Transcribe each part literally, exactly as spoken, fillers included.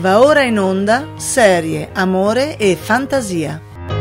Va ora in onda Serie, Amore e Fantasia.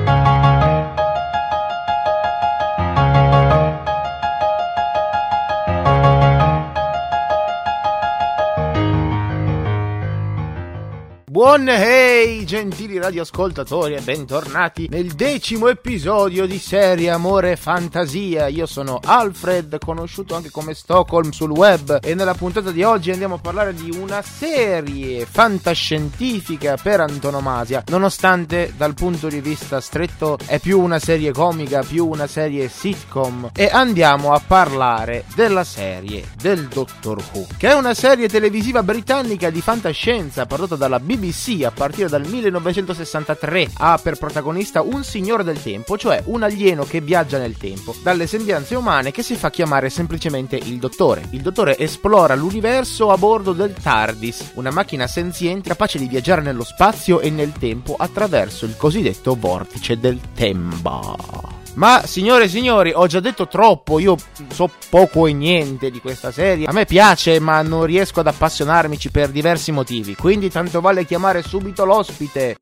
Buon hey, gentili radioascoltatori, e bentornati nel decimo episodio di Serie, Amore e Fantasia. Io sono Alfred, conosciuto anche come Stockholm sul web, e nella puntata di oggi andiamo a parlare di una serie fantascientifica per antonomasia, nonostante dal punto di vista stretto è più una serie comica, più una serie sitcom. E andiamo a parlare della serie del Doctor Who, che è una serie televisiva britannica di fantascienza prodotta dalla B B C a partire dal millenovecentosessantatré. Ha per protagonista un signore del tempo, cioè un alieno che viaggia nel tempo dalle sembianze umane, che si fa chiamare semplicemente il Dottore. Il Dottore esplora l'universo a bordo del TARDIS, una macchina senziente capace di viaggiare nello spazio e nel tempo attraverso il cosiddetto vortice del tempo. Ma signore e signori, ho già detto troppo, io so poco e niente di questa serie. A me piace, ma non riesco ad appassionarmici per diversi motivi, quindi tanto vale chiamare subito l'ospite.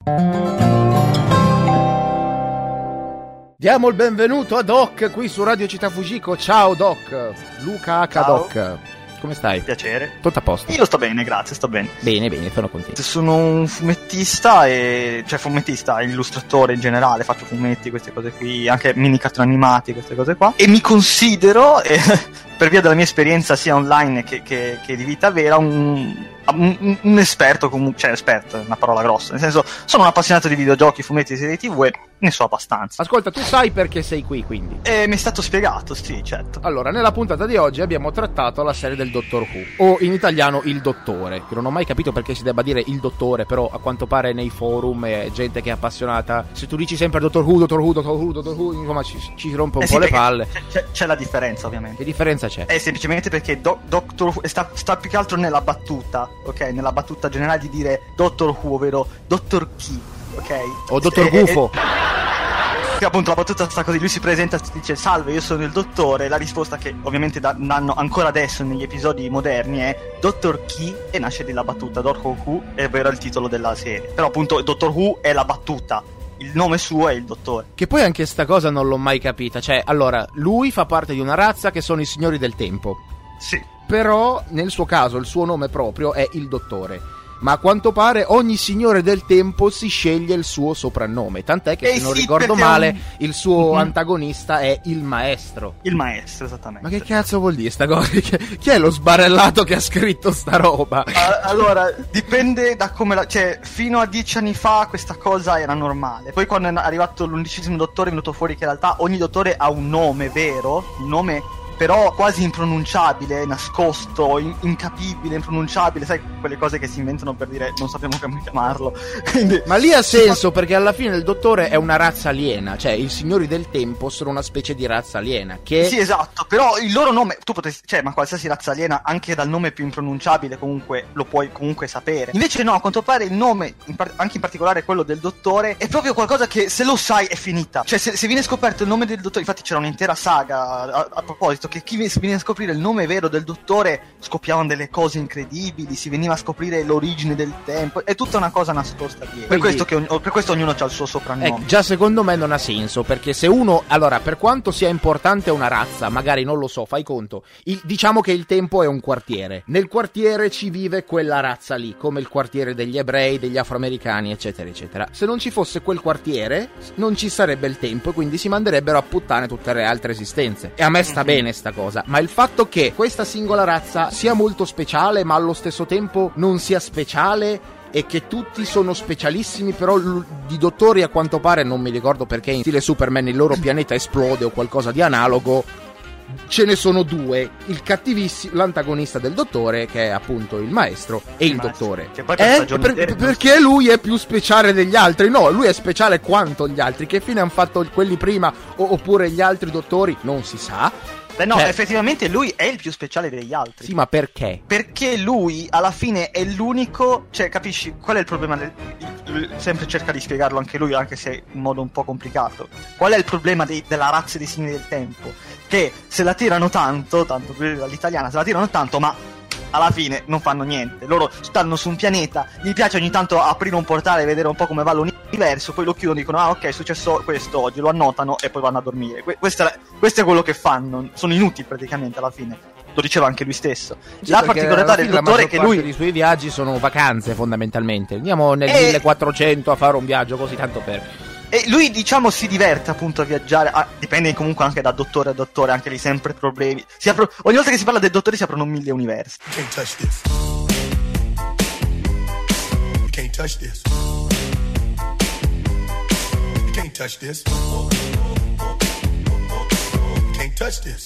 Diamo il benvenuto a Doc qui su Radio Città Fujiko. Ciao Doc, Luca H. Ciao. Doc. Come stai? Piacere. Tutto a posto? Io sto bene, grazie, sto bene. Bene, bene, sono contento. Sono un fumettista e... cioè fumettista, illustratore in generale, faccio fumetti, queste cose qui, anche mini cartoni animati, queste cose qua. E mi considero, eh, per via della mia esperienza sia online che, che, che di vita vera, un... Un, un esperto comunque, cioè esperto è una parola grossa, nel senso sono un appassionato di videogiochi, fumetti e serie tv e ne so abbastanza. Ascolta, tu sai perché sei qui, quindi? E mi è stato spiegato, sì, certo. Allora, nella puntata di oggi abbiamo trattato la serie del Doctor Who, o in italiano Il Dottore, che non ho mai capito perché si debba dire Il Dottore, però a quanto pare nei forum è gente che è appassionata. Se tu dici sempre Doctor Who, Doctor Who, Doctor Who, Doctor Who, insomma ci, ci rompe un eh po' sì, le palle. C'è, c'è la differenza, ovviamente. Che differenza c'è? È semplicemente perché do, Doctor Who sta, sta più che altro nella battuta, ok? Nella battuta generale di dire Doctor Who, ovvero Doctor Chi, ok? O Dottor e, Gufo. E, e, appunto la battuta sta così, lui si presenta e dice salve, io sono il dottore, e la risposta che ovviamente da, danno ancora adesso negli episodi moderni è Doctor Chi, e nasce dalla battuta Doctor Who, è vero il titolo della serie, però appunto Doctor Who è la battuta, il nome suo è il dottore. Che poi anche sta cosa non l'ho mai capita, cioè allora lui fa parte di una razza che sono i signori del tempo. Sì. Però nel suo caso il suo nome proprio è il Dottore, ma a quanto pare ogni signore del tempo si sceglie il suo soprannome, tant'è che eh se non sì, ricordo male un... il suo mm-hmm. antagonista è il maestro. Il maestro, esattamente. Ma che cazzo vuol dire sta cosa? Chi è lo sbarellato che ha scritto sta roba? Allora, dipende da come la... cioè, fino a dieci anni fa questa cosa era normale. Poi quando è arrivato l'undicesimo dottore è venuto fuori che in realtà ogni dottore ha un nome vero, un nome però quasi impronunciabile, nascosto, in- incapibile, impronunciabile, sai, quelle cose che si inventano per dire non sappiamo come chiamarlo. Quindi, ma lì ha senso, perché alla fine il dottore è una razza aliena, cioè i signori del tempo sono una specie di razza aliena che... Sì, esatto, però il loro nome, tu potresti, cioè, ma qualsiasi razza aliena, anche dal nome più impronunciabile comunque lo puoi comunque sapere. Invece no, a quanto pare il nome, in par- anche in particolare quello del dottore, è proprio qualcosa che se lo sai è finita. Cioè se, se viene scoperto il nome del dottore, infatti c'era un'intera saga a, a proposito, che chi viene a scoprire il nome vero del dottore scoppiavano delle cose incredibili, si veniva a scoprire l'origine del tempo, è tutta una cosa nascosta dietro. Per questo, che, per questo ognuno ha il suo soprannome. Eh, già secondo me non ha senso, perché se uno, allora, per quanto sia importante una razza, magari non lo so, fai conto, il, diciamo che il tempo è un quartiere, nel quartiere ci vive quella razza lì, come il quartiere degli ebrei, degli afroamericani, eccetera eccetera. Se non ci fosse quel quartiere non ci sarebbe il tempo e quindi si manderebbero a puttane tutte le altre esistenze, e a me sta bene sta cosa. Ma il fatto che questa singola razza sia molto speciale ma allo stesso tempo non sia speciale, e che tutti sono specialissimi, però l- di dottori a quanto pare, non mi ricordo perché in stile Superman il loro pianeta esplode o qualcosa di analogo, ce ne sono due, il cattivissimo, l'antagonista del dottore, che è appunto il maestro, e il, il dottore. Che poi per eh, per, per, perché lui è più speciale degli altri? No, lui è speciale quanto gli altri. Che fine hanno fatto quelli prima o, oppure gli altri dottori? Non si sa. Beh no, cioè, effettivamente lui è il più speciale degli altri. Sì, ma perché? Perché lui alla fine è l'unico, cioè capisci qual è il problema del, sempre cerca di spiegarlo anche lui, anche se in modo un po' complicato. Qual è il problema dei, della razza dei signori del tempo? Che se la tirano tanto, tanto all'italiana, se la tirano tanto, ma alla fine non fanno niente. Loro stanno su un pianeta, gli piace ogni tanto aprire un portale e vedere un po' come va l'universo, poi lo chiudono e dicono ah ok, è successo questo oggi, lo annotano e poi vanno a dormire. Que- questo, è, questo è quello che fanno, sono inutili praticamente alla fine. Lo diceva anche lui stesso. Sì, la particolarità del dottore è che lui i suoi viaggi sono vacanze fondamentalmente. Andiamo nel e... millequattrocento a fare un viaggio così tanto per. E lui diciamo si diverte appunto a viaggiare, ah, dipende comunque anche da dottore a dottore, anche lì sempre problemi. Si apro... ogni volta che si parla del dottore si aprono mille universi. You can't touch this. You can't touch this. You can't touch this. You can't touch this.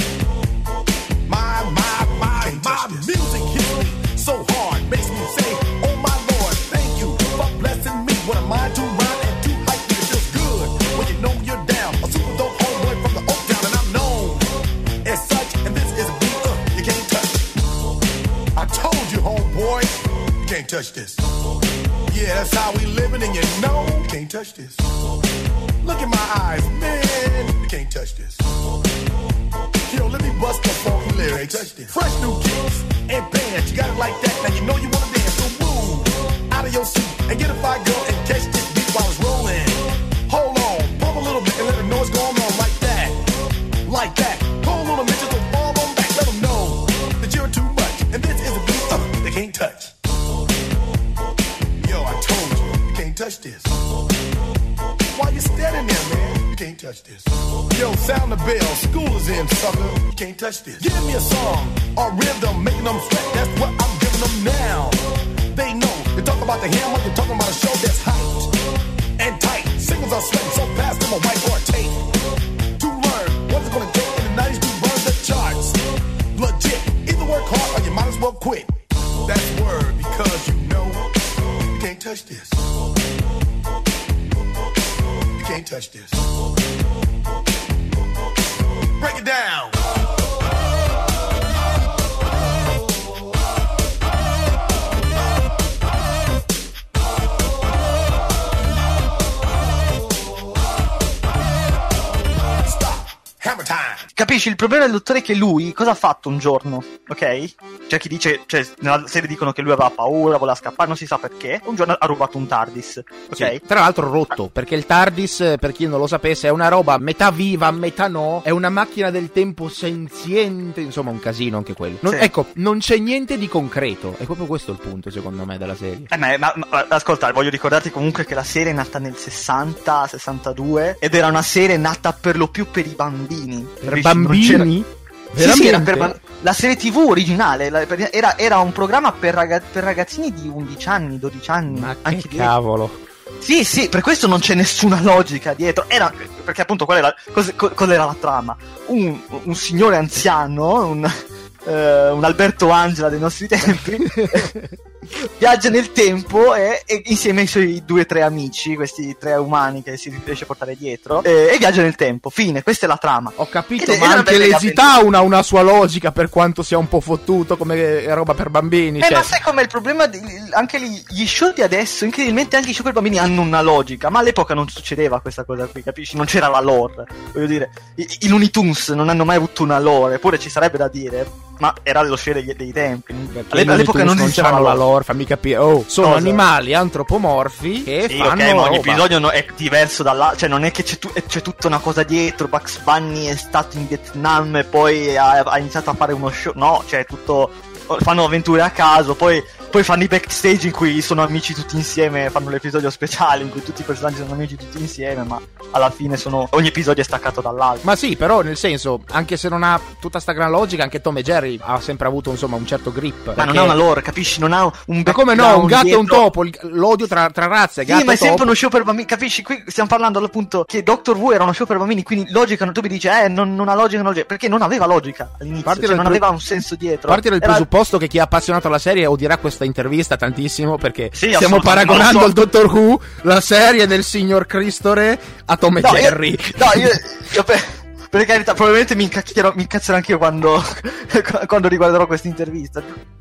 My, my, my, my music hits me so hard, makes me say, oh my Lord, thank you for blessing me. What am I to rhyme and to hype me? It feels good when you know you're down. A super dope homeboy from the Oak Town, and I'm known as such, and this is a beat uh, you can't touch. I told you, homeboy, you can't touch this. Yeah, that's how we living, and you know you can't touch this. Look in my eyes, man, you can't touch this. Yo, let me bust the funky lyrics. Fresh new kicks and bands. You got it like that. Now you know you wanna dance. So move out of your seat and get a fire girl and catch this beat while it's rolling. Hold on, pump a little bit and let the noise go on like that, like that. Pull on a minute, just fall on back. Let them know that you're too much and this is a beat uh, they can't touch. Yo, I told you, you can't touch this. Why you standing there, man? You can't touch this. Yo, sound the bell, school is in, sucker. You can't touch this. Give me a song or rhythm, making them sweat. That's what I'm giving them now. They know. You talk about the hammer, you're talking about a show that's hyped and tight. Singles are sweating so fast, them a whiteboard tape. To learn what it's gonna take in the nineties to burn the charts. Legit. Either work hard or you might as well quit. That's word because you know you can't touch this. You can't touch this. Break it down. Hammer time. Capisci? Il problema del dottore è che lui cosa ha fatto un giorno, ok? C'è chi dice, cioè nella serie dicono che lui aveva paura, voleva scappare, non si sa perché. Un giorno ha rubato un TARDIS, ok? Sì, tra l'altro rotto, perché il TARDIS, per chi non lo sapesse, è una roba metà viva, metà no. È una macchina del tempo senziente, insomma un casino anche quello. Non, sì. Ecco, non c'è niente di concreto. È proprio questo il punto, secondo me, della serie. Eh, ma, ma, ma ascolta, voglio ricordarti comunque che la serie è nata nel sessanta sessantadue ed era una serie nata per lo più per i bambini. Per bambini? Sì, sì, era per la serie tivù originale, la, per, era, era un programma per, ragaz, per ragazzini di undici anni, dodici anni. Ma anche che cavolo. Sì, sì, per questo non c'è nessuna logica dietro. Era, perché appunto qual era, cosa, cosa era la trama? Un, un signore anziano, un, uh, un Alberto Angela dei nostri tempi, viaggia nel tempo e, e insieme ai suoi due o tre amici, questi tre umani che si riesce a portare dietro, e, e viaggia nel tempo. Fine, questa è la trama. Ho capito, ed, ma anche l'esità ha una, una sua logica, per quanto sia un po' fottuto come roba per bambini. Eh, cioè. Ma sai com'è il problema? Di, anche gli, gli show di adesso, incredibilmente anche gli show per bambini hanno una logica, ma all'epoca non succedeva questa cosa qui, capisci? Non c'era la lore. Voglio dire, i, i Looney Tunes non hanno mai avuto una lore, eppure ci sarebbe da dire. Ma era lo show dei, dei tempi. All'epoca, all'epoca non esisteva la lore, fammi capire. Oh, sono cosa? Animali antropomorfi che sì, fanno okay, ma ogni roba. episodio no, è diverso dall'altro, cioè non è che c'è, tu, c'è tutta una cosa dietro. Bugs Bunny è stato in Vietnam e poi ha, ha iniziato a fare uno show. No, cioè tutto, fanno avventure a caso, poi poi fanno i backstage in cui sono amici tutti insieme, fanno l'episodio speciale in cui tutti i personaggi sono amici tutti insieme, ma alla fine sono, ogni episodio è staccato dall'altro. Ma sì, però nel senso, anche se non ha tutta sta gran logica, anche Tom e Jerry ha sempre avuto insomma un certo grip. Ma perché... non ha una lore, capisci? Non ha un ma come no, un gatto dietro. E un topo, l'odio tra, tra razze, gatto sì, ma è topo. sempre uno show per bambini, capisci? Qui stiamo parlando appunto che Doctor Who era uno show per bambini, quindi logica, tu mi dici eh non, non ha logica, non ha logica, perché non aveva logica all'inizio, cioè non pre... aveva un senso dietro. Parti dal era... presupposto che chi è appassionato alla serie odierà questa intervista tantissimo, perché sì, stiamo paragonando so. il Doctor Who, la serie del signor Cristo Re, a Tom e no, Jerry. Io, no, io, io per, per carità, probabilmente mi, mi incazzerò anche io quando, quando riguarderò questa intervista.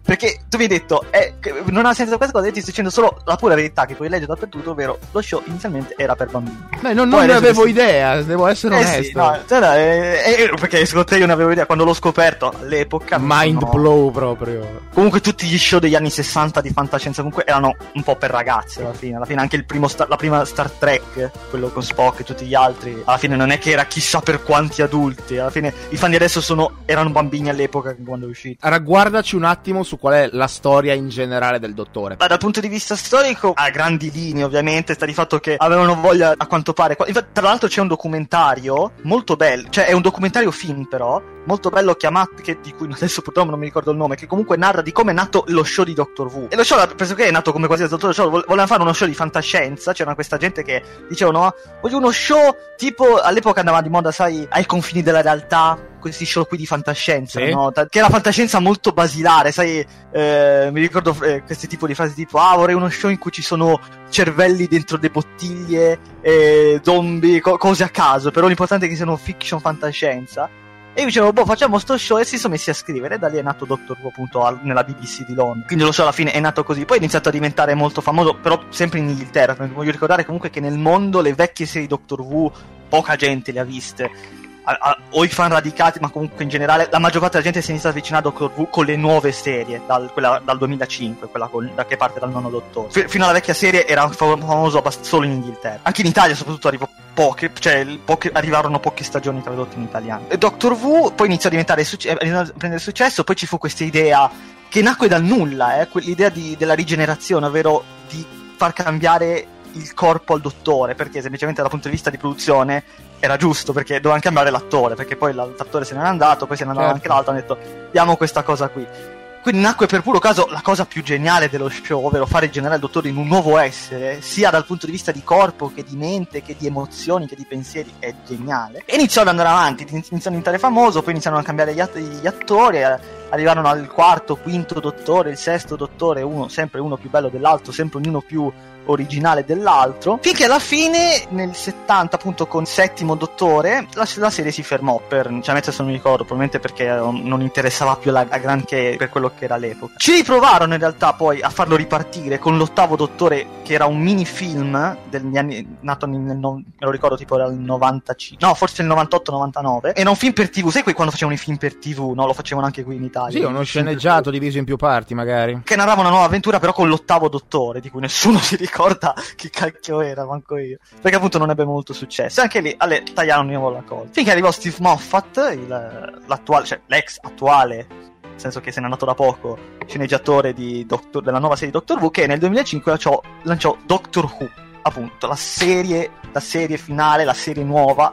Perché tu mi hai detto, eh, non ha senso questa cosa, e ti sto dicendo solo la pura verità che puoi leggere dappertutto, ovvero lo show inizialmente era per bambini. Beh, non, non ne avevo si... idea, devo essere eh onesto. Sì, no, cioè, no, eh, eh, perché secondo te io ne avevo idea, quando l'ho scoperto all'epoca. Mind sono... blow proprio. Comunque tutti gli show degli anni sessanta di fantascienza comunque erano un po' per ragazzi alla fine. Alla fine anche il primo Star... la prima Star Trek, quello con Spock e tutti gli altri, alla fine non è che era chissà per quanti adulti. Alla fine i fan di adesso sono erano bambini all'epoca quando è uscito. Ragguardaci un attimo su qual è la storia in generale del dottore. Ma dal punto di vista storico, a grandi linee ovviamente, sta di fatto che avevano voglia, a quanto pare. Infatti, tra l'altro c'è un documentario molto bello, cioè è un documentario film però molto bello chiamato, che, di cui adesso purtroppo non mi ricordo il nome, che comunque narra di come è nato lo show di Doctor Who. E lo show pressoché è nato come qualsiasi Doctor Show, volevano fare uno show di fantascienza, c'era questa gente che dicevano voglio uno show tipo, all'epoca andava di moda, sai, ai confini della realtà, questi show qui di fantascienza, sì. No? Che era fantascienza molto basilare, sai, eh, mi ricordo eh, questi tipo di frasi tipo ah vorrei uno show in cui ci sono cervelli dentro le bottiglie, eh, zombie, co- cose a caso, però l'importante è che siano fiction fantascienza. E io dicevo, boh, facciamo sto show, e si sono messi a scrivere, e da lì è nato Doctor Who appunto al, nella B B C di Londra. Quindi lo show alla fine è nato così, poi è iniziato a diventare molto famoso, però sempre in Inghilterra, perché voglio ricordare comunque che nel mondo le vecchie serie Doctor Who poca gente le ha viste. A, a, o i fan radicati, ma comunque in generale la maggior parte della gente si è iniziata a avvicinare a Doctor Who con le nuove serie, dal, quella, dal duemilacinque, quella con, da che parte dal nono dottore. F- fino alla vecchia serie era famoso abbast- solo in Inghilterra. Anche in Italia soprattutto arrivò poche, cioè poche, arrivarono poche stagioni tradotte in italiano. E Doctor Who poi iniziò a diventare succe- a prendere successo, poi ci fu questa idea che nacque dal nulla, eh, l'idea di, della rigenerazione, ovvero di far cambiare il corpo al dottore, perché semplicemente dal punto di vista di produzione era giusto, perché dovevano cambiare l'attore, perché poi l'attore se n'era andato, poi se ne andava certo. Anche l'altro, hanno detto diamo questa cosa qui. Quindi nacque per puro caso la cosa più geniale dello show, ovvero fare rigenerare il dottore in un nuovo essere, sia dal punto di vista di corpo che di mente, che di emozioni, che di pensieri. È geniale. E iniziò ad andare avanti, iniziò a diventare famoso, poi iniziarono a cambiare gli, att- gli attori, eh, arrivarono al quarto, quinto dottore, il sesto dottore, uno sempre uno più bello dell'altro, sempre ognuno più originale dell'altro, finché alla fine nel settanta appunto con Settimo Dottore la, la serie si fermò per, cioè adesso non mi ricordo, probabilmente perché non interessava più la, la granché per quello che era l'epoca. Ci riprovarono in realtà poi a farlo ripartire con l'Ottavo Dottore, che era un mini film degli anni, nato nel, nel me lo ricordo tipo era il novantacinque, no forse il novantotto novantanove, era un film per tv, sai quando facevano i film per tv, no? Lo facevano anche qui in Italia. Sì, uno sceneggiato diviso in più parti magari, che narrava una nuova avventura però con l'Ottavo Dottore, di cui nessuno si ricorda che cacchio era, manco io, perché appunto non ebbe molto successo. Anche lì alle tagliarono di nuovo la cosa, finché arrivò Steve Moffat, il, l'attuale, cioè l'ex attuale, nel senso che se n'è andato da poco, sceneggiatore di Doctor, della nuova serie Doctor Who, che nel duemilacinque lanciò, lanciò Doctor Who, appunto la serie, la serie finale, la serie nuova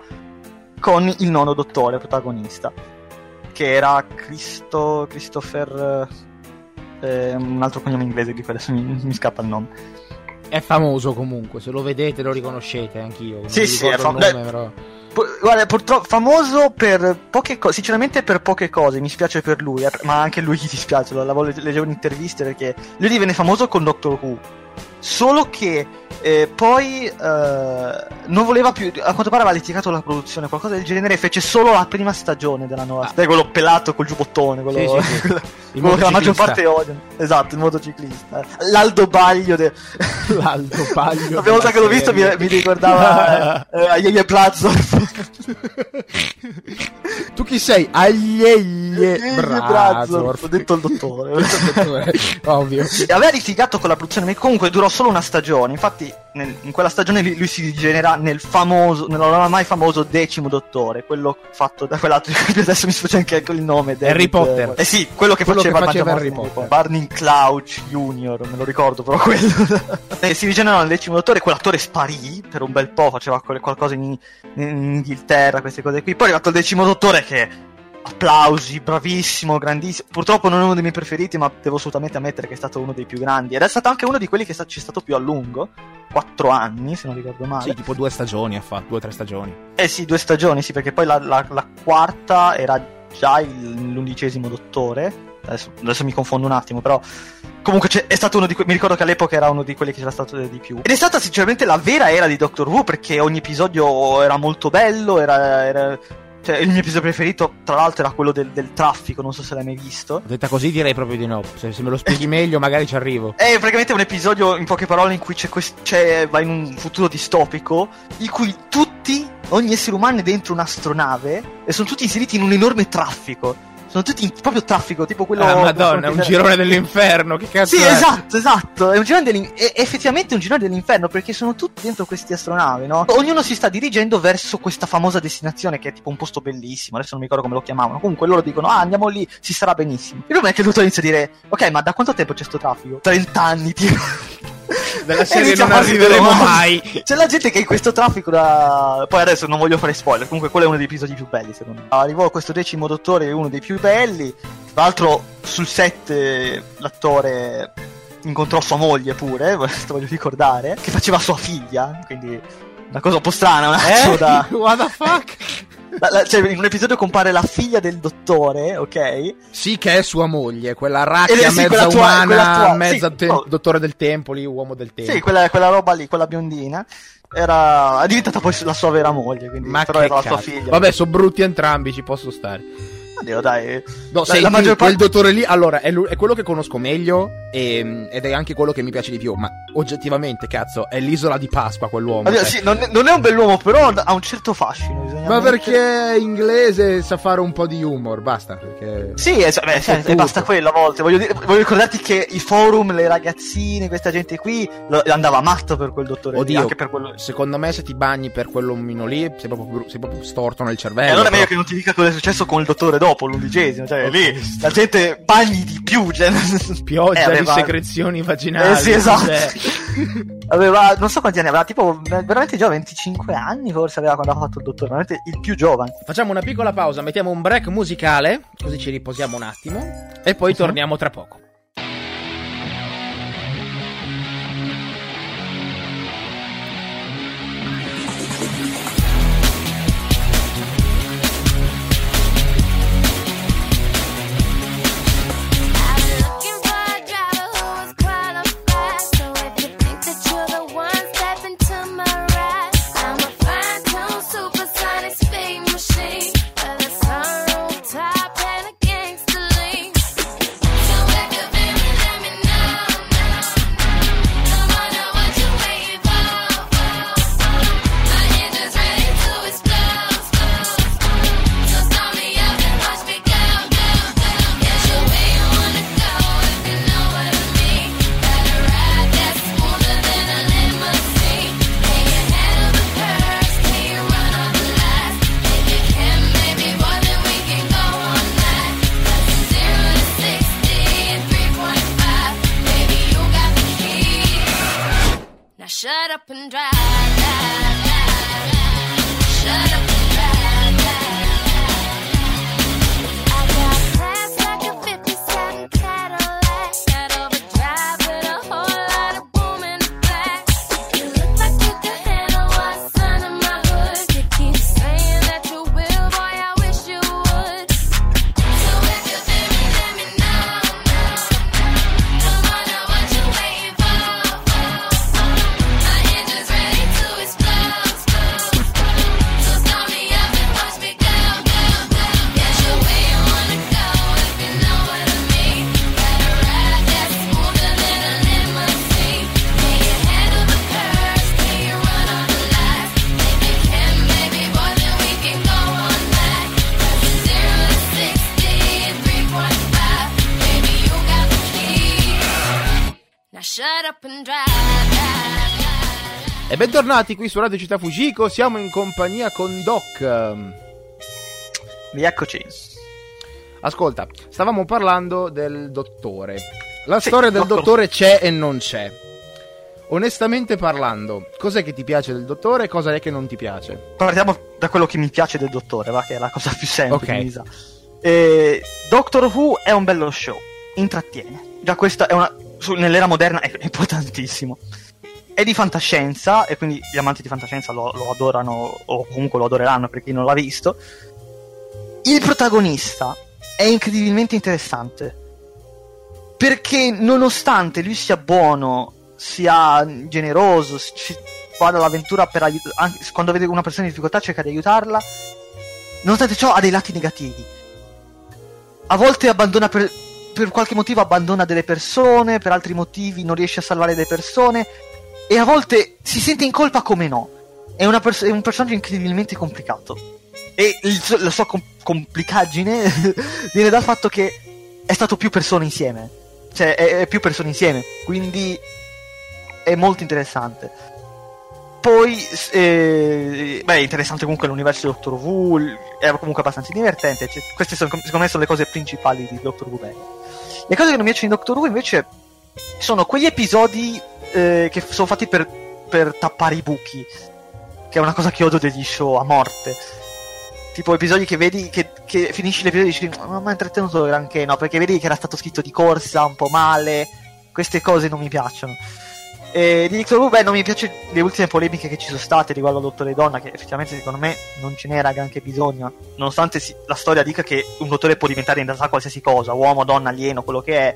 con il nono dottore protagonista, che era Christo, Christopher, eh, un altro cognome inglese di cui adesso mi, mi scappa il nome. È famoso comunque, se lo vedete lo riconoscete, anch'io. Non sì, sì, è famoso. Però... Guarda, purtroppo famoso per poche cose, sinceramente per poche cose, mi spiace per lui, eh, ma anche lui gli dispiace, lo, lo leggevo in interviste, perché lui divenne famoso con Doctor Who, solo che eh, poi eh, non voleva più, a quanto pare aveva litigato la produzione, qualcosa del genere, e fece solo la prima stagione della nuova, ah. quello pelato col giubbottone, quello, sì, sì, sì. quello che la maggior parte odiano, esatto, il motociclista, l'Aldo Baglio de... l'Aldo Baglio la prima volta che l'ho visto mi, mi ricordava eh, Aglielie Plazzo. Tu chi sei? Aglielie Plazzo, ho detto il dottore. Ovvio. Aveva litigato con la produzione, ma comunque durò solo una stagione, infatti nel, in quella stagione lui, lui si rigenera nel famoso, nell'oramai famoso Decimo Dottore, quello fatto da quell'altro che adesso mi sfugge anche il nome, David, Harry Potter. Eh sì, quello che quello faceva, che faceva Harry Potter, Barney Crouch junior, me lo ricordo però quello. E si rigenerò nel Decimo Dottore, quell'attore sparì per un bel po', faceva qualcosa in, in Inghilterra, queste cose qui. Poi è arrivato il Decimo Dottore che applausi, bravissimo, grandissimo. Purtroppo non è uno dei miei preferiti, ma devo assolutamente ammettere che è stato uno dei più grandi. Ed è stato anche uno di quelli che c'è stato più a lungo, quattro anni se non ricordo male. Sì, tipo due stagioni ha fatto, due o tre stagioni. Eh sì, due stagioni, sì, perché poi la, la, la quarta era già il, l'undicesimo Dottore. Adesso, adesso mi confondo un attimo, però comunque c'è, è stato uno di que- mi ricordo che all'epoca era uno di quelli che c'era stato di più. Ed è stata sinceramente la vera era di Doctor Who, perché ogni episodio era molto bello, era, era Cioè, il mio episodio preferito, tra l'altro, era quello del, del traffico, non so se l'hai mai visto. Detta così direi proprio di no. Se, se me lo spieghi meglio magari ci arrivo. È praticamente un episodio, in poche parole, in cui c'è, quest- c'è va in un futuro distopico, in cui tutti, ogni essere umano è dentro un'astronave e sono tutti inseriti in un enorme traffico. Sono tutti in proprio traffico, tipo quello... Ah, madonna, è un girone dell'inferno, che cazzo sì, è? esatto, esatto, è un girone dell'inferno, è effettivamente un girone dell'inferno, perché sono tutti dentro questi astronavi, no? Ognuno si sta dirigendo verso questa famosa destinazione, che è tipo un posto bellissimo, adesso non mi ricordo come lo chiamavano, comunque loro dicono, ah, andiamo lì, si starà benissimo. Il problema è che il dottore inizia a dire, ok, ma da quanto tempo c'è sto traffico? trenta anni, tipo... Della serie non arriveremo mai. C'è la gente che è in questo traffico da... Poi adesso non voglio fare spoiler, comunque quello è uno dei episodi più belli secondo me. Arrivò questo decimo dottore, uno dei più belli. Tra l'altro sul set eh, l'attore incontrò sua moglie pure, questo voglio ricordare, che faceva sua figlia, quindi una cosa un po' strana, un attimo Eh? da... What the fuck? La, la, cioè, in un episodio compare la figlia del dottore, ok? Sì, che è sua moglie, quella racchia Eh, sì, mezza quella tua- umana, quella tua- mezza sì, te- oh. dottore del tempo, lì, uomo del tempo. Sì, quella, quella roba lì, quella biondina. Era è diventata poi la sua vera moglie, quindi Ma però che era la cazzo. sua figlia. Vabbè, sono brutti entrambi, ci posso stare. Oddio, dai. No, La- sei la tu, maggior quel parte- dottore lì, allora, è, lu- è quello che conosco meglio e- ed è anche quello che mi piace di più, ma oggettivamente, cazzo, è l'isola di Pasqua quell'uomo. Oddio, cioè. sì, non, è- non è un bell'uomo, però ha un certo fascino. bisogna Ma ammettere. perché è inglese, sa fare un po' di humor, basta, perché... Sì, es- beh, Fa sì, tutto. basta quello a volte. Voglio, dire- voglio ricordarti che i forum, le ragazzine, questa gente qui lo- andava matto per quel dottore lì, Oddio, anche per quello. secondo me se ti bagni per quell'omino lì sei proprio, bru- sei proprio storto nel E cervello. allora è meglio però. che non ti dica cosa è successo con il dottore dopo, l'undicesimo. Cioè, Ok. lì la gente bagni di più. Cioè... Pioggia Eh, di aveva- secrezioni vaginali. Eh sì, esatto. cioè. Aveva, non so quanti anni aveva, tipo veramente già venticinque anni forse aveva quando ha fatto il dottore, veramente il più giovane. Facciamo una piccola pausa, mettiamo un break musicale, così ci riposiamo un attimo e poi Uh-huh. torniamo tra poco. Looking for a driver who is qualified. So if you think that you're the one, step into my ride. I'm a fine-tuned supersonic speed machine with a sunroof top and a gangster lean. So if you feel me, let me know. Come on, now what you waiting for? My engine's ready to explode. So start me up and watch me go, go, go. Get you where you wanna go if you know what I mean. Got a ride that's smoother than a limousine. Can you handle the curves? Can you run all the lights? If you can, baby boy, then we can go all night. Cause from zero to sixty in three point five, baby, you got the key. Now shut up and drive, drive, drive, drive. Shut up and drive, drive, drive. I got class like a fifty-seven Cadillac. Got overdrive with a whole lot of boom in the back. You look like you can handle what's under my hood. You keep saying that you will, boy, I wish you would. So if you feel me, let me know. Come on, now what you waiting for? My engine's ready to explode. So start me up and watch me go, go, go. Get you where you wanna go if you know what I mean. Got a ride that's smoother than a limousine. Can you handle the curves? Can you run all the lights? If you can, baby boy, then we can go all night. Cause from zero to sixty in three point five, baby, you got the key. Now shut up and drive, drive, drive. E bentornati qui su Radio Città Fujiko, siamo in compagnia con Doc. Rieccoci. Ascolta, stavamo parlando del dottore. La Sì, storia del dottore. dottore c'è e non c'è. Onestamente parlando, cos'è che ti piace del dottore e cosa è che non ti piace? Partiamo da quello che mi piace del dottore, va, che è la cosa più semplice. Ok. mi sa. Eh, Doctor Who è un bello show, intrattiene. Già questa è una su- nell'era moderna è importantissimo. È di fantascienza e quindi gli amanti di fantascienza lo, lo adorano o comunque lo adoreranno per chi non l'ha visto. Il protagonista è incredibilmente interessante perché nonostante lui sia buono, sia generoso, ci- vada all'avventura per aiutare, quando vede una persona in difficoltà cerca di aiutarla, nonostante ciò ha dei lati negativi. A volte abbandona per, per qualche motivo abbandona delle persone, per altri motivi non riesce a salvare delle persone, e a volte si sente in colpa come no. È, una pers- è un personaggio incredibilmente complicato, e il, la sua com- complicaggine viene dal fatto che è stato più persone insieme, cioè è, è più persone insieme, quindi è molto interessante. Poi eh, beh, è interessante comunque l'universo di Doctor Who, è comunque abbastanza divertente, cioè, queste sono, secondo me sono le cose principali di Doctor Who bene. Le cose che non mi piacciono di Doctor Who invece sono quegli episodi eh, che sono fatti per, per tappare i buchi, che è una cosa che odio degli show a morte. Tipo episodi che vedi che, che finisci l'episodio e dici non mi ha intrattenuto granché, no, perché vedi che era stato scritto di corsa, un po' male, queste cose non mi piacciono. E di Doctor Who, beh, non mi piace le ultime polemiche che ci sono state riguardo al Dottore Donna, che effettivamente secondo me non ce n'era granché bisogno, nonostante si, la storia dica che un dottore può diventare in realtà qualsiasi cosa, uomo, donna, alieno, quello che è.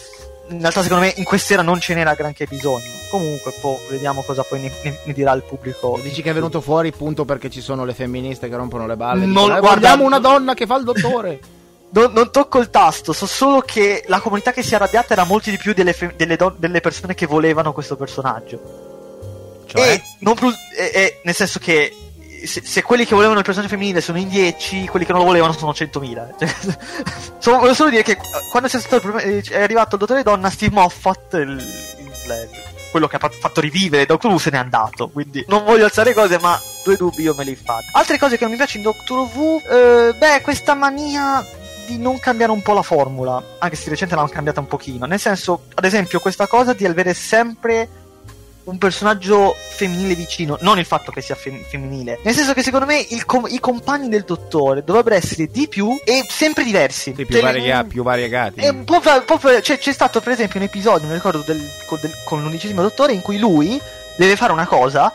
In realtà secondo me in quest'era non ce n'era granché bisogno. Comunque poi vediamo cosa poi ne, ne, ne dirà il pubblico. Dici che è venuto fuori appunto perché ci sono le femministe che rompono le balle, non, dicono, eh, guarda, guardiamo una donna che fa il dottore. Non, non tocco il tasto, so solo che la comunità che si è arrabbiata era molti di più delle, fe- delle, don- delle persone che volevano questo personaggio. Cioè? E, non più, e, e nel senso che se, se quelli che volevano il personaggio femminile sono in dieci, quelli che non lo volevano sono centomila. Cioè, so, voglio solo dire che quando c'è stato il problema, è arrivato il Dottore Donna, Steve Moffat, il, il, quello che ha fatto rivivere Doctor Who, se n'è andato. Quindi non voglio alzare cose, ma due dubbi io me li faccio. Altre cose che non mi piacciono in Doctor Who, eh, beh, questa mania di non cambiare un po' la formula, anche se di recente l'hanno cambiata un pochino, nel senso, ad esempio, questa cosa di avere sempre un personaggio femminile vicino, non il fatto che sia fem- femminile, nel senso che secondo me il com- i compagni del dottore dovrebbero essere di più e sempre diversi, sì, più, cioè, variega- le- più variegati. è un po', un po', cioè, c'è stato per esempio un episodio, mi ricordo del, con, del, con l'undicesimo dottore, in cui lui deve fare una cosa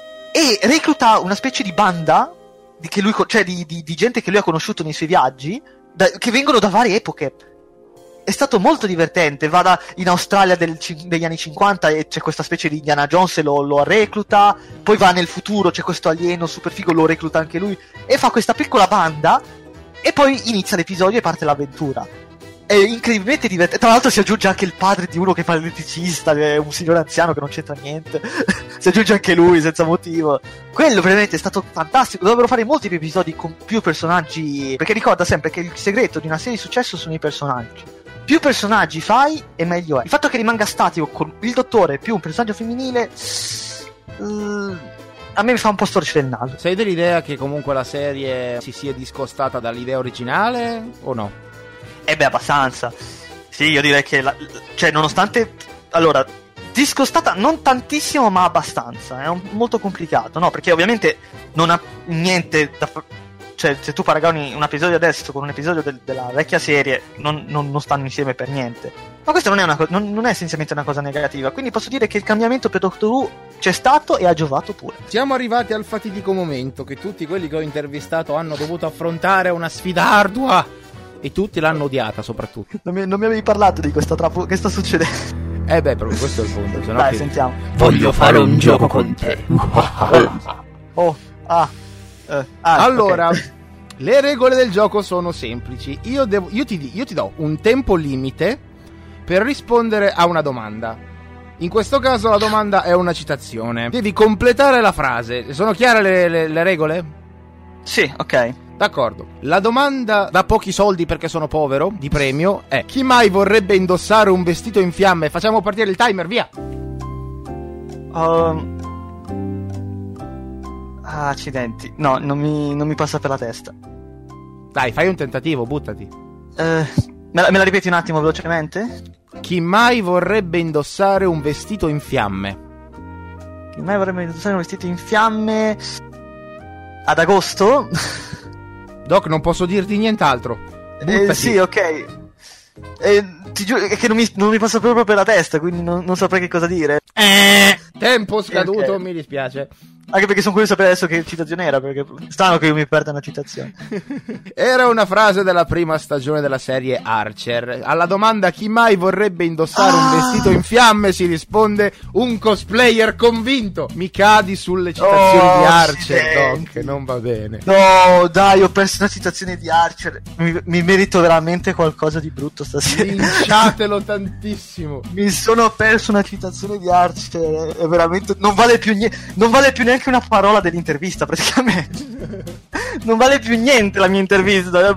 e recluta una specie di banda di, che lui, cioè di, di, di gente che lui ha conosciuto nei suoi viaggi, da, che vengono da varie epoche. È stato molto divertente. Va da, in Australia del, degli anni cinquanta e c'è questa specie di Indiana Jones e lo, lo recluta, poi va nel futuro, c'è questo alieno super figo, lo recluta anche lui e fa questa piccola banda e poi inizia l'episodio e parte l'avventura. È incredibilmente divertente. Tra l'altro si aggiunge anche il padre di uno che fa l'elettricista, è un signore anziano che non c'entra niente. Si aggiunge anche lui senza motivo. Quello veramente è stato fantastico. Dovrebbero fare molti più episodi con più personaggi, perché ricorda sempre che il segreto di una serie di successo sono i personaggi. Più personaggi fai e meglio è. Il fatto che rimanga statico con il dottore più un personaggio femminile, uh, a me mi fa un po' storcere il naso. Sei dell'idea che comunque la serie si sia discostata dall'idea originale o no? Eh beh, abbastanza. Sì, io direi che la, cioè nonostante, allora, discostata non tantissimo ma abbastanza. È un, molto complicato, no? Perché ovviamente non ha niente da, cioè se tu paragoni un episodio adesso con un episodio del, della vecchia serie non, non, non stanno insieme per niente. Ma questo non è, una co- non, non è essenzialmente una cosa negativa. Quindi posso dire che il cambiamento per Doctor Who c'è stato e ha giovato pure. Siamo arrivati al fatidico momento che tutti quelli che ho intervistato hanno dovuto affrontare una sfida ardua e tutti l'hanno odiata soprattutto. Non mi, non mi avevi parlato di questa trappola. Che sta succedendo? Eh beh, proprio questo è il punto. Sennò Dai, che... sentiamo. Voglio fare un gioco con te. Oh, ah, eh, ah Allora, okay. Le regole del gioco sono semplici. Io, devo, io, ti, io ti do un tempo limite per rispondere a una domanda. In questo caso la domanda è una citazione. Devi completare la frase. Sono chiare le, le, le regole? Sì, ok. D'accordo. La domanda da pochi soldi perché sono povero di premio è: chi mai vorrebbe indossare un vestito in fiamme? Facciamo partire il timer, via. Um... Ah, accidenti. No, non mi, non mi passa per la testa. Dai, fai un tentativo, buttati. Uh, me, la, me la ripeti un attimo velocemente? Chi mai vorrebbe indossare un vestito in fiamme? Chi mai vorrebbe indossare un vestito in fiamme ad agosto? Doc, non posso dirti nient'altro. Buttati. Eh, sì, ok. Eh, ti giuro che non mi, non mi passa proprio per la testa, quindi non, non saprei che cosa dire. Eh, tempo scaduto, Ok. mi dispiace. Anche perché sono curioso di sapere adesso che citazione era, perché strano che io mi perda una citazione. Era una frase della prima stagione della serie Archer. Alla domanda chi mai vorrebbe indossare ah. un vestito in fiamme si risponde un cosplayer convinto. Mi cadi sulle citazioni oh, di Archer, Doc, non va bene. No, dai, ho perso una citazione di Archer. Mi, mi merito veramente qualcosa di brutto stasera. Linciatelo tantissimo. Mi sono perso una citazione di Archer. È veramente... Non vale più niente. Non vale più neanche una parola dell'intervista, praticamente. Non vale più niente la mia intervista.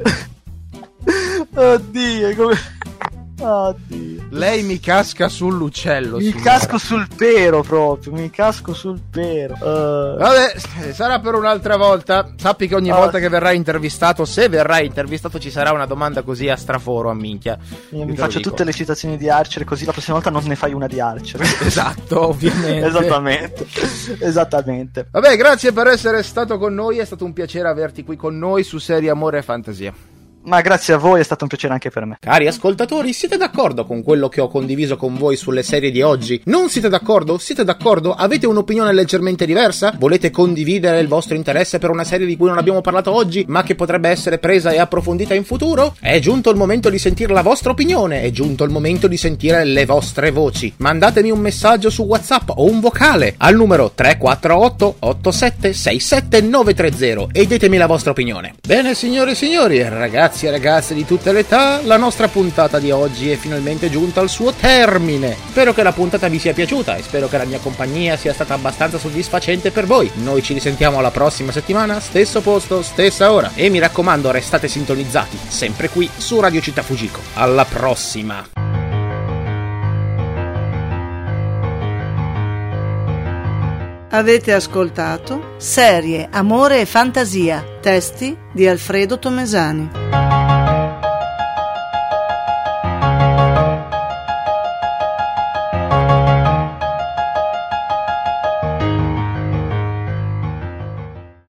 Oddio, come... Oddio. Lei mi casca sull'uccello. Mi signora. casco sul pero proprio. Mi casco sul pero. Uh... Vabbè, sarà per un'altra volta. Sappi che ogni uh... volta che verrai intervistato, se verrai intervistato, ci sarà una domanda così a straforo, a minchia. Io mi faccio dico. tutte le citazioni di Archer, così la prossima volta non ne fai una di Archer. Esatto, ovviamente. Esattamente. Esattamente. Vabbè, grazie per essere stato con noi. È stato un piacere averti qui con noi su Serie Amore e Fantasia. Ma grazie a voi, è stato un piacere anche per me. Cari ascoltatori, siete d'accordo con quello che ho condiviso con voi sulle serie di oggi? Non siete d'accordo? Siete d'accordo? Avete un'opinione leggermente diversa? Volete condividere il vostro interesse per una serie di cui non abbiamo parlato oggi, ma che potrebbe essere presa e approfondita in futuro? È giunto il momento di sentire la vostra opinione, è giunto il momento di sentire le vostre voci. Mandatemi un messaggio su WhatsApp o un vocale al numero tre quattro otto otto sette sei sette nove tre zero e ditemi la vostra opinione. Bene, signore e signori, ragazzi e ragazze di tutte le età, la nostra puntata di oggi è finalmente giunta al suo termine. Spero che la puntata vi sia piaciuta e spero che la mia compagnia sia stata abbastanza soddisfacente per voi. Noi ci risentiamo la prossima settimana, stesso posto, stessa ora, e mi raccomando, restate sintonizzati sempre qui su Radio Città Fujiko. Alla prossima. Avete ascoltato Serie Amore e Fantasia, testi di Alfredo Tomesani.